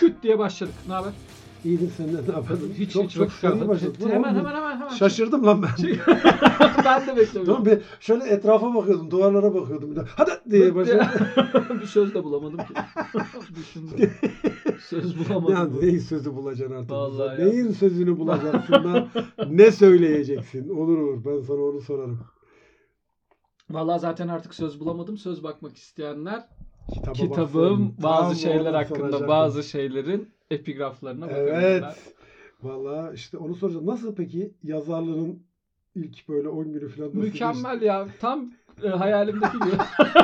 Küt diye başladık. Ne haber? İyidir, senden ne yapıyordun? Hiç çok vakit seri kalmadı. başladın. Hemen. Şaşırdım lan ben. Ben de beklemiyorum. Tamam, şöyle etrafa bakıyordum, duvarlara bakıyordum. Bir de, hadi diye başladım. Bir söz de bulamadım ki. Düşündüm. Söz bulamadım. Ya neyin sözü bulacaksın artık? Vallahi ya. Neyin sözünü bulacaksın lan? Ne söyleyeceksin? Olur, ben sana onu sorarım. Vallahi zaten artık söz bulamadım. Söz bakmak isteyenler Kitaba kitabım baksın. bazı Tam şeyler onu hakkında soracaktım. bazı şeylerin epigraflarına bakabilirler. Evet. Vallahi işte onu soracağım. Nasıl peki yazarlığın ilk böyle 10 günü falan nasıl Mükemmel ya. Tam hayalimdeki gibi.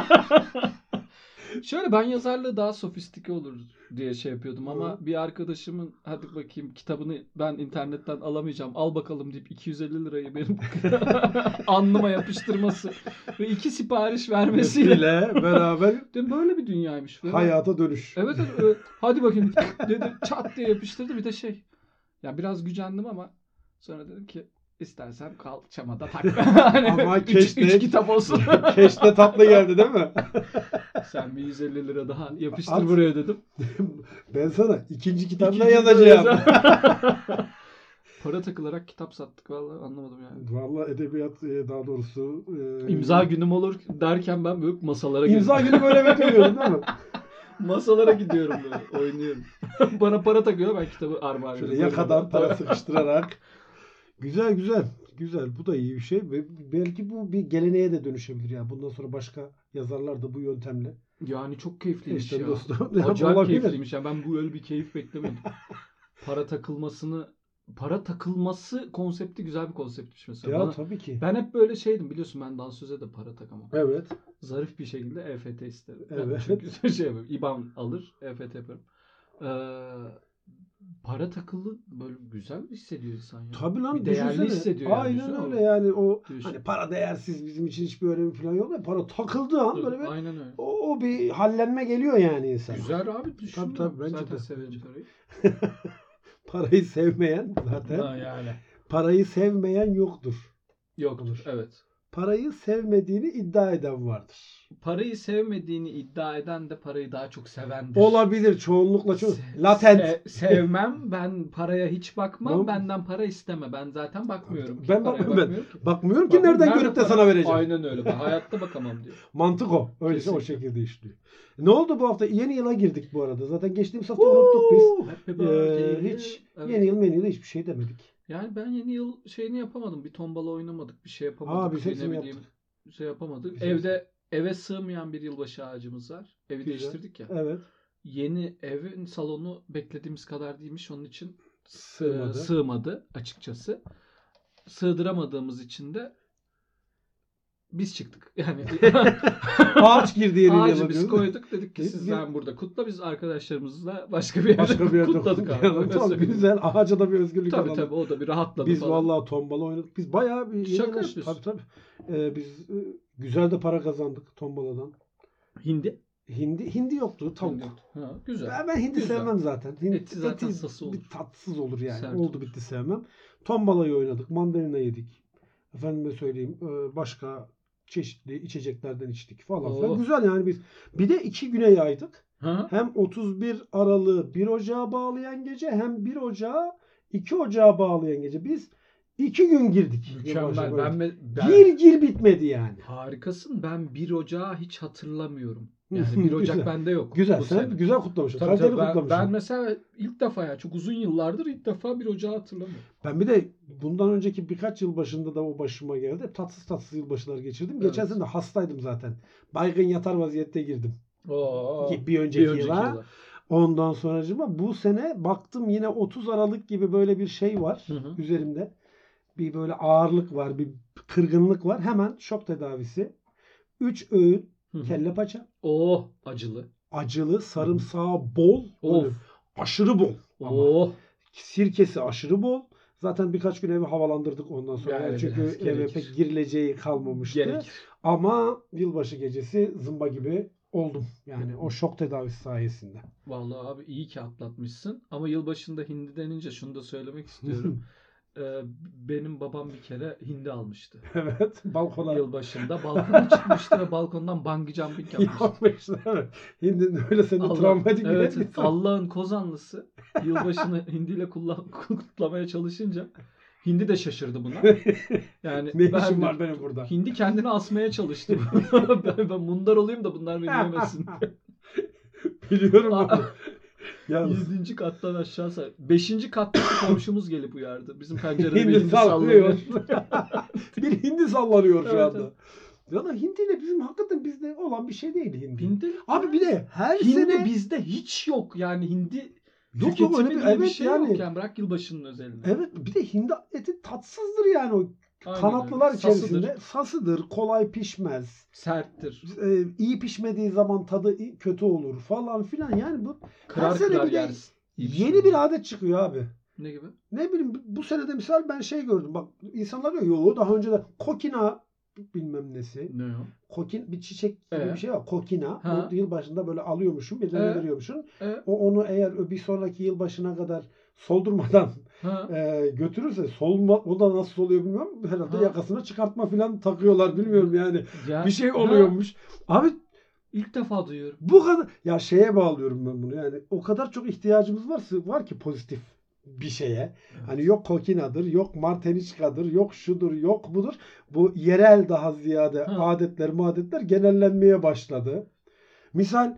Şöyle, ben yazarlığı daha sofistike olur diye şey yapıyordum ama bir arkadaşımın hadi bakayım kitabını ben internetten alamayacağım, al bakalım deyip 250 lirayı benim alnıma yapıştırması ve 2 sipariş vermesiyle geçti? Beraber dedim böyle bir dünyaymış. Böyle. hayata dönüş. Evet, hadi bakayım dedi, çat diye yapıştırdı. Bir de şey, ya biraz gücendim ama sonra dedim ki istersen kalçama da tak. Hani Ama üç kitap olsun. Keşte tatlı geldi değil mi? Sen bir 150 lira daha yapıştır At. buraya dedim. Ben sana ikinci kitabla İkinci yazacağım. Para takılarak kitap sattık, vallahi anlamadım yani. Vallahi edebiyat daha doğrusu İmza günüm olur derken ben böyle masalara gidiyorum. İmza günü böyle bekliyordun değil mi? Masalara gidiyorum böyle, oynuyorum. Bana para takıyor, ben kitabı armağan ediyorum. Şöyle yakadan para sıkıştırarak. Güzel. Bu da iyi bir şey. Ve belki bu bir geleneğe de dönüşebilir ya. Bundan sonra başka yazarlar da bu yöntemle. Yani çok keyifliymiş İşte ya. dostum. Acayip Olabilir. keyifliymiş ya. Ben böyle bir keyif beklemiyordum. Para takılması konsepti güzel bir konseptmiş mesela. Ya tabii ki. Ben hep böyle şeydim, biliyorsun, ben dansöze de para takamam. Evet. Zarif bir şekilde EFT isterim. Evet. Yani çünkü şey yapıyorum. İBAN alır, EFT yaparım. Para takılı böyle güzel hissediyor insan ya. Tabii lan, bir değerli düşünsene. hissediyor yani. Aynen Düşünsene öyle yani o diyorsun. hani para değersiz, bizim için hiçbir önemi falan yok da para takıldığı an böyle bir Aynen öyle. o bir hallenme geliyor yani insan. Güzel abi, düşün. Tabii, bence zaten de. severim parayı. Parayı sevmeyen zaten. Ha, yani. Parayı sevmeyen yoktur. Yoktur, evet. Parayı sevmediğini iddia eden vardır. Parayı sevmediğini iddia eden de parayı daha çok sevendir. Olabilir, çoğunlukla çok. Latent. Sevmem, ben paraya hiç bakmam, Tamam. benden para isteme. Ben zaten bakmıyorum. Ben Paraya bakmıyorum. ki. Bakmıyorum ki nereden görüp de para? sana vereceğim. Aynen öyle. Ben hayatta bakamam diyor. Mantık o. Öyleyse o Kesinlikle. şekilde işliyor. Ne oldu bu hafta? Yeni yıla girdik bu arada. Zaten geçtiğimiz hafta unuttuk biz. Happy birthday. Hiç Evet. yeni yıl hiçbir şey demedik. Yani ben yeni yıl şeyini yapamadım. Bir tombala oynamadık. Bir şey yapamadık. Biz hepsini yaptık. Şey yapamadık. Biz Eve sığmayan bir yılbaşı ağacımız var. Evi Güzel. değiştirdik ya. Evet. Yeni evin salonu beklediğimiz kadar değilmiş. Onun için Sığmadı. açıkçası. Sığdıramadığımız için de biz çıktık. Yani Ağaç girdi yeni ağacı yıla biz diyoruz. koyduk. Dedik ki sen burada kutla. Biz arkadaşlarımızla başka bir yerde kutladık abi. Tamam, güzel. Ağaca da bir özgürlük Tabii alalım. tabii, o da bir rahatladı Biz falan. vallahi tombala oynadık. Biz bayağı bir Şaka yapıyorsun. Tabii. Biz güzel de para kazandık tombaladan. Hindi yoktu. Tavuk. Ha, güzel. Ben hindi Güzel. sevmem zaten. Eti zaten sası olur. Bir tatsız olur yani. Sert Oldu olur. bitti sevmem. Tombalayı oynadık. Mandalina yedik. Efendime söyleyeyim. Başka çeşitli içeceklerden içtik falan filan. Oh. Güzel yani biz. Bir de 2 güne yaydık. Ha? Hem 31 Aralık'ı 1 Ocağı bağlayan gece, hem 1 Ocağı 2 Ocağı bağlayan gece. Biz 2 gün girdik. Mükemmel. Gir bitmedi yani. Harikasın. Ben 1 Ocağı hiç hatırlamıyorum. Yani 1 Ocak Güzel. bende yok. Güzel. bu Sen sene. güzel kutlamışsın. Tabii, Kaliteli tabii. kutlamışsın. Ben mesela ilk defa, ya çok uzun yıllardır ilk defa 1 Ocağı hatırlamıyorum. Ben bir de bundan önceki birkaç yıl başında da o başıma geldi. Hep tatsız yılbaşılar geçirdim. Geçen Evet. sene de hastaydım zaten. Baygın yatar vaziyette girdim. Oo, Bir önceki yıla. Ondan sonracığıma bu sene baktım yine 30 Aralık gibi böyle bir şey var üzerimde. Bir böyle ağırlık var, bir kırgınlık var. Hemen şok tedavisi. 3 öğün kelle paça. Oh, acılı. Acılı, sarımsağı bol. Of. Aşırı bol. Oh. Sirkesi aşırı bol. Zaten birkaç gün evi havalandırdık ondan sonra. Yani çünkü biraz eve gerekir. pek girileceği kalmamıştı. Gerekir. Ama yılbaşı gecesi zımba gibi oldum. Yani o şok tedavisi sayesinde. Vallahi abi iyi ki atlatmışsın. Ama yılbaşında hindi denince şunu da söylemek istiyorum. benim babam bir kere hindi almıştı. Evet. Balkona. Yılbaşında balkona çıkmıştı ve balkondan bungee jumping yapmıştı. Yapmışlar. Evet. Hindi öyle seni travmatik bir evet, etkisi. Allah'ın kozanlısı yılbaşını hindiyle kutlamaya çalışınca hindi de şaşırdı buna. Yani Ne işim var benim burada? Hindi kendini asmaya çalıştı. ben mundar olayım da bunlar beni yemesin. Biliyorum onu. Yalnız 7. kattan aşağı 5. kattaki komşumuz gelip uyardı. Bizim pencerede hindi bir hindi sallıyor. sallanıyor. Bir hindi sallanıyor şu Evet, anda. evet. Ya da hindiyle bizim hakikaten bizde olan bir şey değil hindi. Hindi. Abi bir de her Hindi sene bizde hiç yok. Yani hindi yok tüketimi öyle bir, diye bir evet şey yani. yok yani. Bırak yılbaşının özelliğini. Evet bir de hindi eti tatsızdır yani o Aynen kanatlılar öyle. içerisinde. Sasıdır, kolay pişmez. Serttir. İyi pişmediği zaman tadı kötü olur falan filan. Yani bu her Kırar sene kırar bir de yersin. yeni bir adet çıkıyor abi. Ne gibi? Ne bileyim bu senede misal ben şey gördüm. Bak insanlar diyor yo daha önce de kokina bilmem nesi. Ne o? Kokin bir çiçek gibi bir şey var. Kokina. Ha. O yılbaşında böyle alıyormuşum, birilerine veriyormuşsun. O onu eğer bir sonraki yılbaşına kadar soldurmadan götürürse o da nasıl oluyor bilmiyorum. Herhalde yakasına çıkartma falan takıyorlar bilmiyorum yani. Bir şey oluyormuş. Abi ilk defa duyuyorum. bu kadar ya şeye bağlıyorum ben bunu yani. O kadar çok ihtiyacımız var ki pozitif bir şeye. Evet. Hani yok kokinadır, yok marteniçkadır, yok şudur, yok budur. Bu yerel daha ziyade adetler genellenmeye başladı. Misal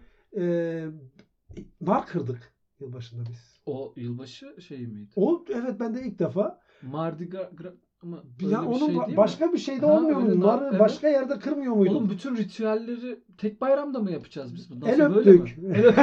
nar kırdık yılbaşında biz. O yılbaşı şeyi miydi? O evet ben de ilk defa. Mardi Gras ama ya onun şey değil başka mi? bir şeyde olmuyor muydu? Narı evet. Başka yerde kırmıyor muydu? Oğlum bütün ritüelleri tek bayramda mı yapacağız biz bundan sonra? El öptük.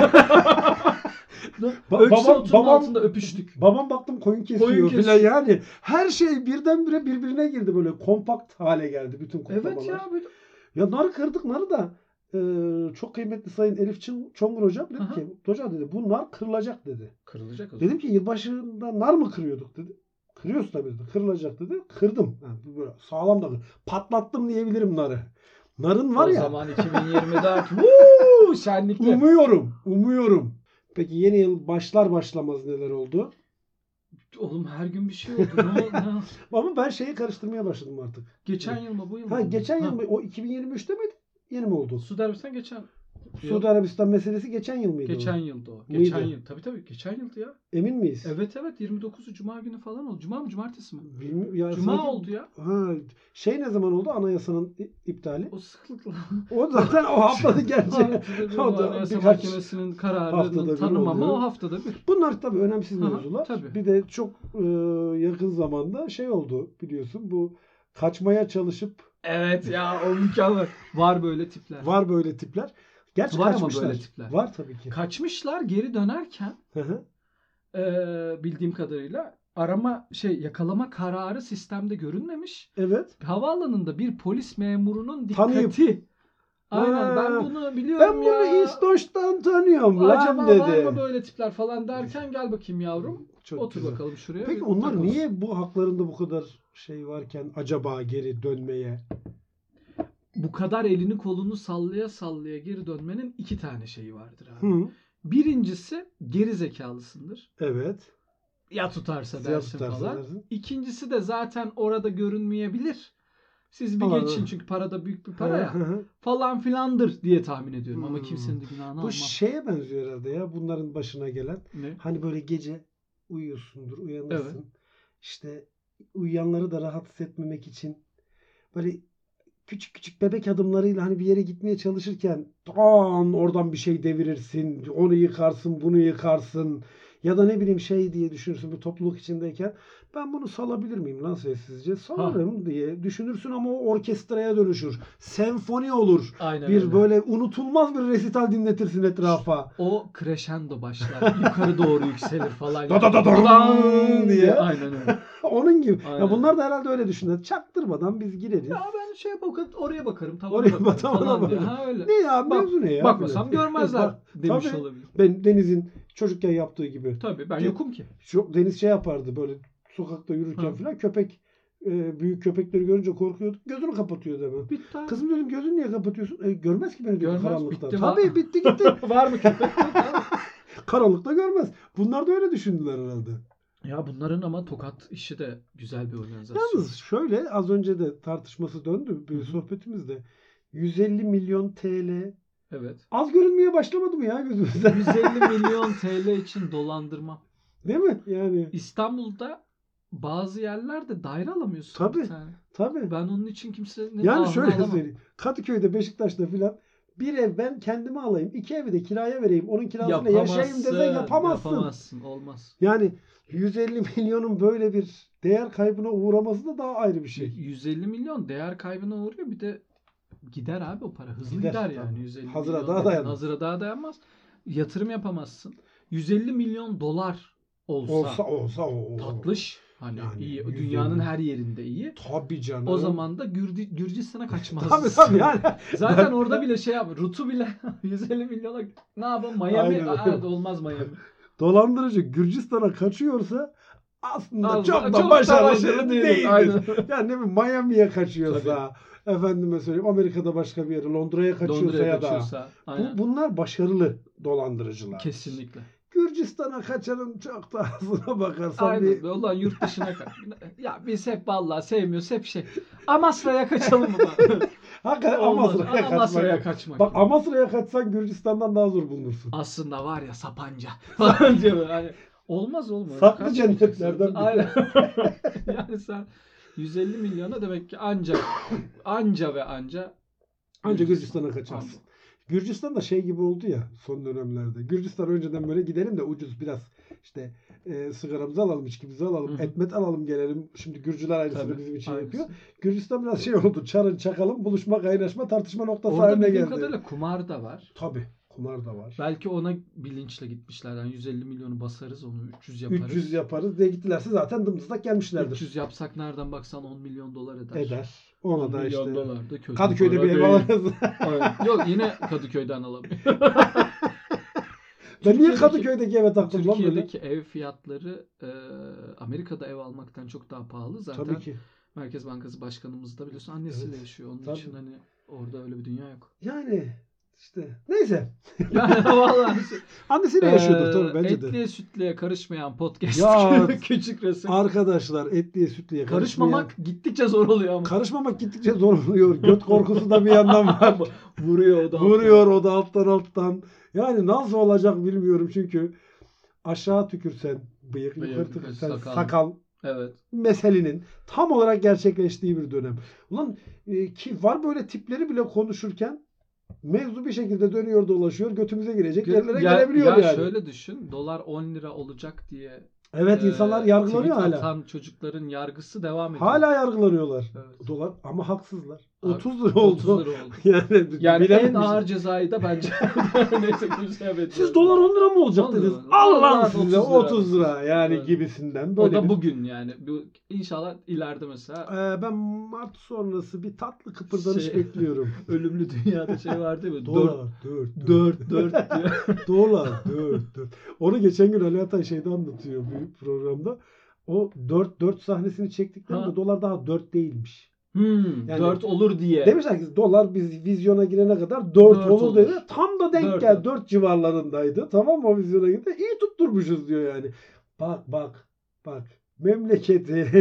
Babam altında öpüştük. Babam baktım koyun kesiyor filan yani. Her şey birdenbire birbirine girdi böyle kompakt hale geldi bütün kutlamalar. Evet ya böyle. Ya nar kırdık narı da çok kıymetli Sayın Elif Çongur hocam dedi ki hoca dedi bu nar kırılacak dedi. Kırılacak o zaman. Dedim ki yılbaşında nar mı kırıyorduk dedi. Kırıyoruz tabii dedi. Kırılacak dedi. Kırdım. Yani böyle sağlam da patlattım diyebilirim narı. Narın var o ya. O zaman 2024 şenlikle. Umuyorum. Peki yeni yıl başlar başlamaz neler oldu? Oğlum her gün bir şey oldu. Ne oldu? Ama ben şeyi karıştırmaya başladım artık. Geçen yıl mı bu yıl mı? Geçen yıl mı? O 2023'te miydi? Yeni mi oldu? Suudi Arabistan geçen. Suudi Arabistan meselesi geçen yıl mıydı? Geçen yıldı o. Geçen yıl. Tabii geçen yıldı ya. Emin miyiz? Evet 29'u Cuma günü falan oldu. Cuma mı cumartesi mi? Ya Cuma oldu ya. Şey ne zaman oldu? Anayasanın iptali. O sıklıkla. O zaten o haftada gerçi. Anayasa Mahkemesi'nin kararını tanımama o haftada bir. Bunlar tabii önemsiz mevzular. Tabii. Bir de çok yakın zamanda şey oldu biliyorsun bu kaçmaya çalışıp. Evet ya o mükemmel. Var böyle tipler. Gerçi var kaçmışlar. Ama böyle tipler. Var tabii ki. Kaçmışlar geri dönerken bildiğim kadarıyla yakalama kararı sistemde görünmemiş. Evet. Havaalanında bir polis memurunun dikkati. Aynen ben bunu biliyorum ya. Ben bunu İstoç'tan tanıyorum lan acaba dedi. var mı böyle tipler falan derken gel bakayım yavrum. Çok otur güzel. Bakalım şuraya. Peki onlar niye bu haklarında bu kadar şey varken acaba geri dönmeye? Bu kadar elini kolunu sallaya sallaya geri dönmenin 2 tane şeyi vardır abi. Birincisi geri zekalısındır. Evet. Ya tutarsa dersin falan. İkincisi de zaten orada görünmeyebilir. Siz bir geçin çünkü parada büyük bir para ya. Falan filandır diye tahmin ediyorum. Ama kimsenin de günahını almam. Bu şeye benziyor herhalde ya bunların başına gelen. Ne? Hani böyle gece uyuyorsundur, uyanırsın. Evet. İşte uyuyanları da rahatsız etmemek için böyle küçük küçük bebek adımlarıyla hani bir yere gitmeye çalışırken oradan bir şey devirirsin, onu yıkarsın, bunu yıkarsın ya da ne bileyim şey diye düşünürsün bir topluluk içindeyken ben bunu salabilir miyim lan sessizce? Salarım diye düşünürsün ama o orkestraya dönüşür. Senfoni olur. Aynen bir öyle. Böyle unutulmaz bir resital dinletirsin etrafa. O crescendo başlar. Yukarı doğru yükselir falan. diye. Aynen öyle. Onun gibi. Aynen. Ya bunlar da herhalde öyle düşünüyor. Çaktırmadan biz gireriz. Ya ben oraya bakarım. Oraya bakarım. Ha öyle. Ne ya? Mevzu ne ya? Bakmasam görmezler demiş tabii, olabilir. Ben Deniz'in çocukken yaptığı gibi. Tabii ben yokum ki. Deniz şey yapardı böyle sokakta yürürken falan köpek büyük köpekleri görünce korkuyordu. Gözünü kapatıyordu hemen. Bitti. Kızım dedim gözünü niye kapatıyorsun? Görmez ki beni diyor karanlıkta. Bitti, tabii bitti gitti. Var mı köpek? Karanlıkta görmez. Bunlar da öyle düşündüler herhalde. Ya bunların ama tokat işi de güzel bir organizasyon. Yalnız şöyle az önce de tartışması döndü bir sohbetimizde. 150 milyon TL Evet. az görünmeye başlamadı mı ya gözümüzde? 150 milyon TL için dolandırma. Değil mi? Yani. İstanbul'da bazı yerlerde daire alamıyorsun. Tabii. Bir tane. Tabii. Ben onun için kimsenin Yani ahını şöyle alamam. söyleyeyim. Kadıköy'de, Beşiktaş'ta filan bir ev ben kendime alayım. 2 evi de kiraya vereyim. Onun kirasıyla yaşayayım dese yapamazsın. Yapamazsın. Olmaz. Yani 150 milyonun böyle bir değer kaybına uğraması da daha ayrı bir şey. 150 milyon değer kaybına uğruyor. Bir de gider abi o para. Hızlı Gider, gider yani. tabii. 150 Hazıra milyon daha dayanmaz. Hazıra daha dayanmaz. Yatırım yapamazsın. 150 milyon dolar olsa o. tatlış. Hani Yani iyi. 150. Dünyanın her yerinde iyi. Tabii canım. O zaman da Gürcistan'a kaçmaz. Tabii yani. Zaten orada bile şey yap. Rutu bile 150 milyona ne yapalım? Miami. Aynen. Olmaz Miami. Dolandırıcı Gürcistan'a kaçıyorsa aslında çok da çok başarılı değil. değildir. Aynen. Yani ne bileyim Miami'ye kaçıyorsa, efendime söyleyeyim Amerika'da başka bir yere, Londra'ya kaçıyorsa ya da bunlar başarılı dolandırıcılar. Kesinlikle. Gürcistan'a kaçanın çok da ağzına bakarsan aynen. Ulan yurt dışına kaç. Ya biz hep vallahi sevmiyoruz hep şey. Amasra'ya kaçalım mı? Hakikaten Amasra'ya kaçmak. Bak Amasra'ya kaçsan Gürcistan'dan daha zor bulunursun. Aslında var ya Sapanca falan diyor. Yani olmaz. Saklı cennetlerden biri. Aynen. Yani sen 150 milyona demek ki anca Gürcistan'a kaçarsın. Gürcistan da şey gibi oldu ya son dönemlerde. Gürcistan önceden böyle gidelim de ucuz biraz işte sigaramızı alalım, içkimizi alalım, etmet alalım gelelim. Şimdi Gürcüler aynısını bizim için yapıyor. Gürcistan biraz şey oldu. Çarın çakalım, buluşma, kaynaşma, tartışma noktası haline geldi. Orada kadarıyla kumar da var. Tabii. Kumar da var. Belki ona bilinçle gitmişler. Yani 150 milyonu basarız onu 300 yaparız. 300 yaparız diye gittilerse zaten dımdızlak gelmişlerdir. 300 yapsak nereden baksan 10 milyon dolar eder. Eder. Ona da işte. Dolar da kötü Kadıköy'de bir ev alırız. Yok yine Kadıköy'den alamıyor. Ben niye Kadıköy'deki eve taktım lan böyle? Türkiye'deki ev fiyatları Amerika'da ev almaktan çok daha pahalı. Zaten tabii ki. Merkez Bankası Başkanımız da biliyorsun annesiyle yaşıyor. Onun için hani orada öyle bir dünya yok. Yani işte neyse. Yani vallahi annesiyle yaşıyordur tabii bence de. Etliye sütlüye karışmayan podcast. Ya, küçük resim. Arkadaşlar etliye sütlüye karışmamak gittikçe zor oluyor ama. Karışmamak gittikçe zor oluyor. Göt korkusu da bir yandan var. Vuruyor o da alttan. Yani nasıl olacak bilmiyorum çünkü aşağı tükürsen bıyık, yukarı tükürsen sakal. Evet. Meselenin tam olarak gerçekleştiği bir dönem. Ulan ki var böyle tipleri bile konuşurken mevzu bir şekilde dönüyor dolaşıyor. Götümüze girecek yerlere gelebiliyor yani. Şöyle düşün. Dolar 10 lira olacak diye. Evet insanlar yargılanıyor hala. Atan çocukların yargısı devam ediyor. Hala yargılanıyorlar. Evet. Dolar ama haksızlar. 30 lira oldu. yani en ağır cezayı da bence neyse siz dolar 10 lira mı olacak dediniz? Al lan size 30 lira yani evet. Gibisinden. Böyle o da bugün yani. İnşallah ileride mesela. Ben Mart sonrası bir tatlı kıpırdanış bekliyorum. Ölümlü dünyada şey vardı ya. Dolar 4 diyor. Dolar 4. Onu geçen gün Ali Atay şeyde anlatıyor bir programda. O 4 sahnesini çektiklerinde dolar daha 4 değilmiş. Yani 4 olur diye. Demişler ki dolar biz vizyona girene kadar 4 olur dedi. Tam da denk geldi. 4 civarlarındaydı. Tamam mı o vizyona girdi? İyi tutturmuşuz diyor yani. Bak. Memleketin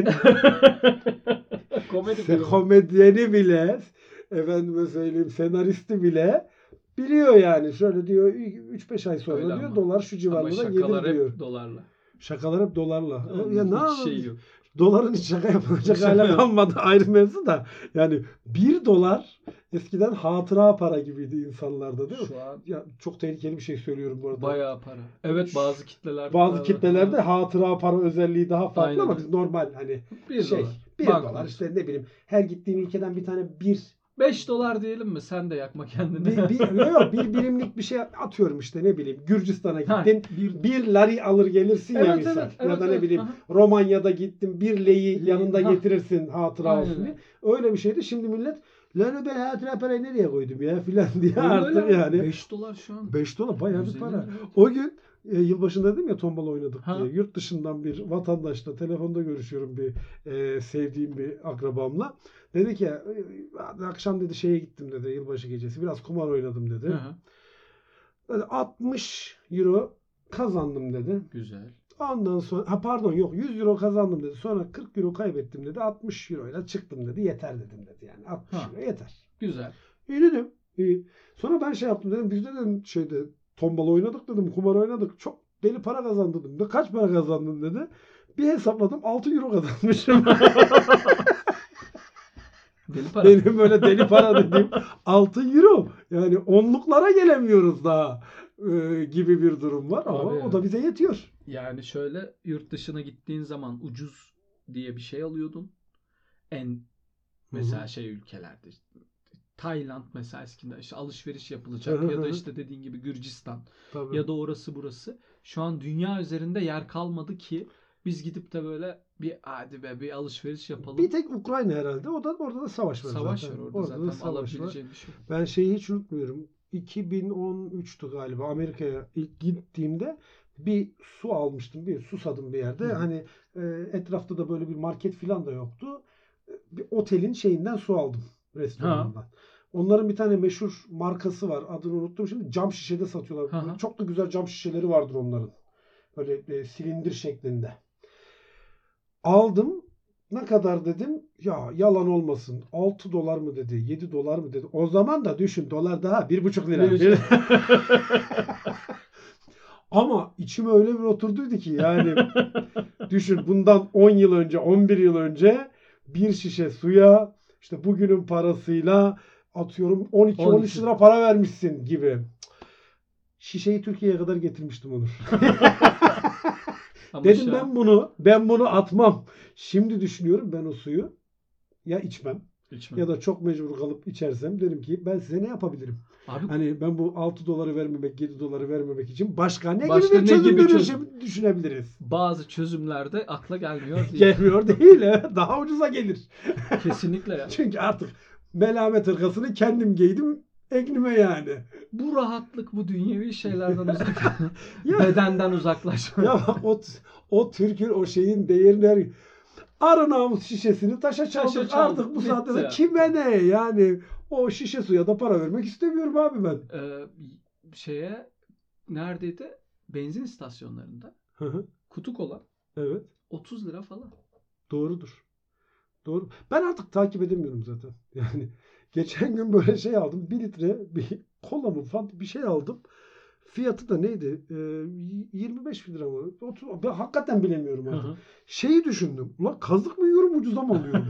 komedyeni bile efendime söyleyeyim senaristi bile biliyor yani. Şöyle diyor 3-5 ay sonra öyle diyor ama. Dolar şu civarlara gelir diyor. Şakalar hep dolarla. Şakalar hep dolarla. Ya ne şey yok. Doların hiç şaka yapılacak hale kalmadı ayrı mevzu da. Yani 1 dolar eskiden hatıra para gibiydi insanlarda değil mi? Şu an ya çok tehlikeli bir şey söylüyorum bu arada. Bayağı para. Evet bazı kitlelerde hatıra para özelliği daha farklı. Aynen. Ama biz normal hani 1 dolar işte ne bileyim her gittiğin ülkeden bir tane 5 dolar diyelim mi? Sen de yakma kendini. Yok bir birimlik bir şey atıyorum işte ne bileyim. Gürcistan'a gittin. Bir lari alır gelirsin ya misal. Evet, ya da ne bileyim Romanya'da gittin. Bir leyi yanında getirirsin hatıra olsun diye. Öyle bir şeydi. Şimdi millet lan ben hatıra parayı nereye koydum ya filan diye artık yani. 5 dolar şu an. 5 dolar bayağı bir para. O gün yılbaşında dedim ya tombala oynadık diye. Yurt dışından bir vatandaşla telefonda görüşüyorum bir sevdiğim bir akrabamla. Dedi ki akşam dedi şeye gittim dedi yılbaşı gecesi. Biraz kumar oynadım dedi. Dedi 60 euro kazandım dedi. Güzel. Ondan sonra pardon yok 100 euro kazandım dedi. Sonra 40 euro kaybettim dedi. 60 euroyla çıktım dedi. Yeter dedim dedi yani. 60 euro yeter. Güzel. İyi dedim. İyi. Sonra ben şey yaptım dedim. Biz de dedim tombala oynadık dedim. Kumar oynadık. Çok deli para kazandım dedim. Kaç para kazandın dedi. Bir hesapladım 6 euro kazanmışım. Deli para. Benim böyle deli para dediğim 6 euro. Yani onluklara gelemiyoruz daha gibi bir durum var. Ama Abi, o da bize yetiyor. Yani şöyle yurt dışına gittiğin zaman ucuz diye bir şey alıyordun. Mesela ülkelerde Tayland mesela eskiden işte alışveriş yapılacak ya da işte dediğin gibi Gürcistan ya da orası burası. Şu an dünya üzerinde yer kalmadı ki biz gidip de böyle bir alışveriş yapalım. Bir tek Ukrayna herhalde. Orada da savaş var Savaş zaten. var orada zaten savaş alabileceğin bir şey. Ben şeyi hiç unutmuyorum. 2013'tü galiba Amerika'ya ilk gittiğimde bir su almıştım. Susadım bir yerde. Hani etrafta da böyle bir market falan da yoktu. Bir otelin şeyinden su aldım. Restoranından. Onların bir tane meşhur markası var. Adını unuttum şimdi. Cam şişede satıyorlar. Çok da güzel cam şişeleri vardır onların. Böyle silindir şeklinde. Aldım. Ne kadar dedim? Ya yalan olmasın. 6 dolar mı dedi? 7 dolar mı dedi? O zaman da düşün dolar daha 1,5 lira. Ama içime öyle bir oturduydu ki yani düşün bundan 10 yıl önce 11 yıl önce bir şişe suya işte bugünün parasıyla atıyorum 12-13 lira para vermişsin gibi. Şişeyi Türkiye'ye kadar getirmiştim Onur. Dedim ben bunu atmam. Şimdi düşünüyorum ben o suyu ya içmem. Ya da çok mecbur kalıp içersem derim ki ben size ne yapabilirim? Abi, hani ben bu 6 doları vermemek 7 doları vermemek için başka gibi bir çözüm düşünebiliriz. Bazı çözümlerde akla gelmiyor değil. Gelmiyor değil. Daha ucuza gelir. Kesinlikle ya. Çünkü artık melamet hırkasını kendim giydim eklime yani. Bu rahatlık bu dünyevi şeylerden uzak. Bedenden uzaklaşma. Ya bak o Türk'ün o şeyin değerini arı namus şişesini taşa çaldık. Artık bu saatte de kime ne yani o şişe suya da para vermek istemiyorum abi ben. Neredeydi? Benzin istasyonlarında. Kutu kola. Evet. 30 lira falan. Doğrudur. Doğru. Ben artık takip edemiyorum zaten. Yani geçen gün böyle şey aldım. 1 litre bir kola mı falan bir şey aldım. Fiyatı da neydi? 25 lira mı? 30, ben hakikaten bilemiyorum artık. Şeyi düşündüm. Ulan kazık mı yiyorum ucuza mı alıyorum?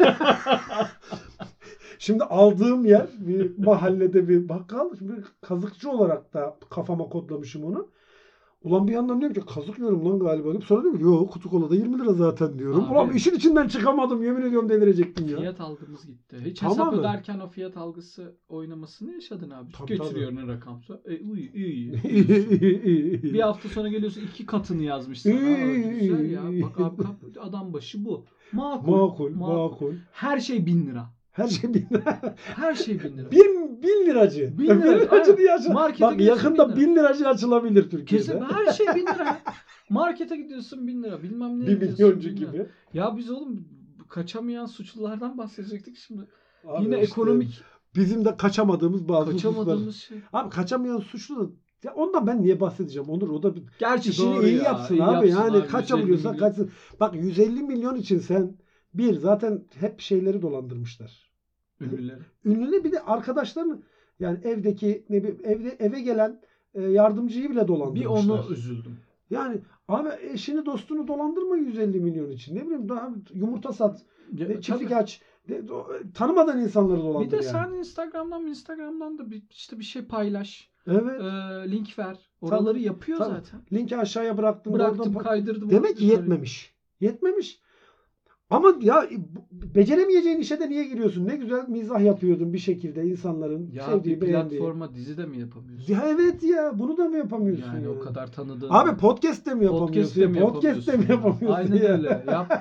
Şimdi aldığım yer bir mahallede bir bakkal. Şimdi kazıkçı olarak da kafama kodlamışım onu. Ulan bir yandan diyorum ki kazık yiyorum lan galiba deyip sonra diyorum ki yok kutu kolada 20 lira zaten diyorum. Abi, ulan işin içinden çıkamadım yemin ediyorum delirecektim ya. Fiyat algımız gitti. Hiç hesap öderken o fiyat algısı oynamasını yaşadın abi. Getiriyor önüne rakamsa. İyi. Bir hafta sonra geliyorsun 2 katını yazmış sana. Güzel ya. Bak abi adam başı bu. Makul. Her şey 1000 lira. Her şey 1000 lira. Her şey 1000 lira. 1000 liracı. 1000 liracı diye açılır. Bak yakında 1000 liracı açılabilir Türkiye'de. Kesin her şey 1000 lira. Markete gidiyorsun 1000 lira. Bilmem ne 1 milyoncu gibi. Ya biz oğlum kaçamayan suçlulardan bahsedecektik şimdi. Abi yine işte, ekonomik. Bizim de kaçamadığımız bazı hususlar. Şey. Abi kaçamayan suçlu da ya ondan ben niye bahsedeceğim? Onur o da gerçi işini iyi yapsın abi. Yani kaçabiliyorsan kaçsın. Bak 150 milyon için sen zaten hep şeyleri dolandırmışlar. Ünlüleri bir de arkadaşlarını yani evdeki eve gelen yardımcıyı bile dolandırmışlar. Bir ona üzüldüm. Yani abi eşini dostunu dolandırma 150 milyon için. Ne bileyim daha yumurta sat. Çiftlik aç. Tanımadan insanları dolandır. Bir de sen Instagram'dan da bir şey paylaş. Evet. Link ver. Oraları yapıyor zaten. Linki aşağıya bıraktım kaydırdım. Demek ki yetmemiş. Ama ya beceremeyeceğin işe de niye giriyorsun? Ne güzel mizah yapıyordun bir şekilde insanların sevdiği, beğendiği. Platforma dizi de mi yapamıyorsun? Ya evet ya bunu da mı yapamıyorsun? Yani o kadar tanıdığın. Abi podcast de mi yapamıyorsun? Podcast de mi yapamıyorsun? Aynen öyle. Yap.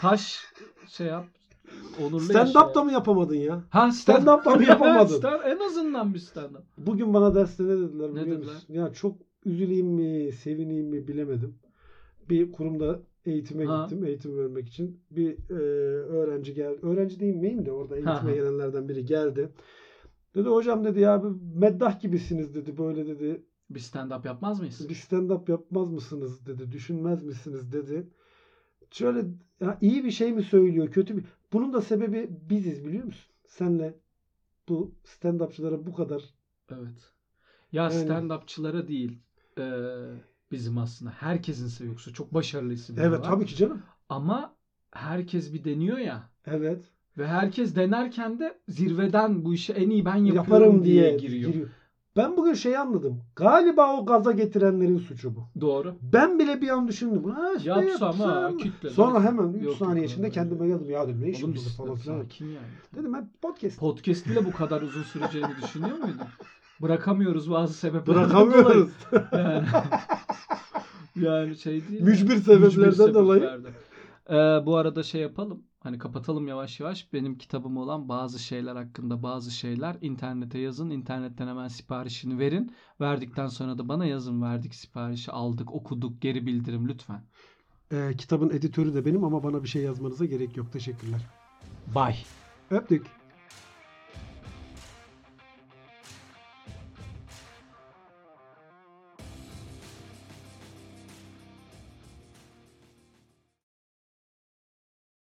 Yap. Stand-up da mı yapamadın ya? Stand-up da mı yapamadın? En azından bir stand-up. Bugün bana derste ne dediler biliyor musun? Ya çok üzüleyim mi, sevineyim mi bilemedim. Bir kurumda eğitime gittim. Eğitim vermek için. Bir öğrenci geldi. Öğrenci değilmeyeyim de orada eğitime gelenlerden biri geldi. Dedi hocam dedi ya meddah gibisiniz dedi. Böyle dedi Bir stand-up yapmaz mıyız? Bir stand-up yapmaz mısınız dedi. Düşünmez misiniz dedi. Şöyle ya iyi bir şey mi söylüyor, kötü bir. Bunun da sebebi biziz biliyor musun? Senle bu stand-upçılara bu kadar. Evet. Ya Yani- stand-upçılara değil. Bizim aslında. Herkesin seviyor. Yoksa çok başarılı isimler Evet var. tabii ki canım. Ama herkes bir deniyor ya. Evet. Ve herkes denerken de zirveden bu işi en iyi ben yapıyorum Yaparım diye diye giriyor. Ben bugün şeyi anladım. Galiba o gaza getirenlerin suçu bu. Doğru. Ben bile bir an düşündüm. Ha işte Yapsam ha, yapsam. kütle. Sonra hemen 3 Yok, saniye yok, içinde yok. kendime geldim. Ya dedim ne işim Oğlum burada biz falan filan. sakin yani. Dedim ben podcast. Podcast bile bu kadar uzun süreceğini düşünüyor muydun? Bırakamıyoruz bazı sebeplerden Bırakamıyoruz. dolayı. Yani şey değil. Mücbir mi? sebeplerden dolayı. sebeplerden. Bu arada şey yapalım. Hani kapatalım yavaş yavaş. Benim kitabım olan bazı şeyler hakkında bazı şeyler internete yazın. İnternetten hemen siparişini verin. Verdikten sonra da bana yazın. Verdik siparişi aldık, okuduk, geri bildirim lütfen. Kitabın editörü de benim ama bana bir şey yazmanıza gerek yok. Teşekkürler. Bye. Öptük.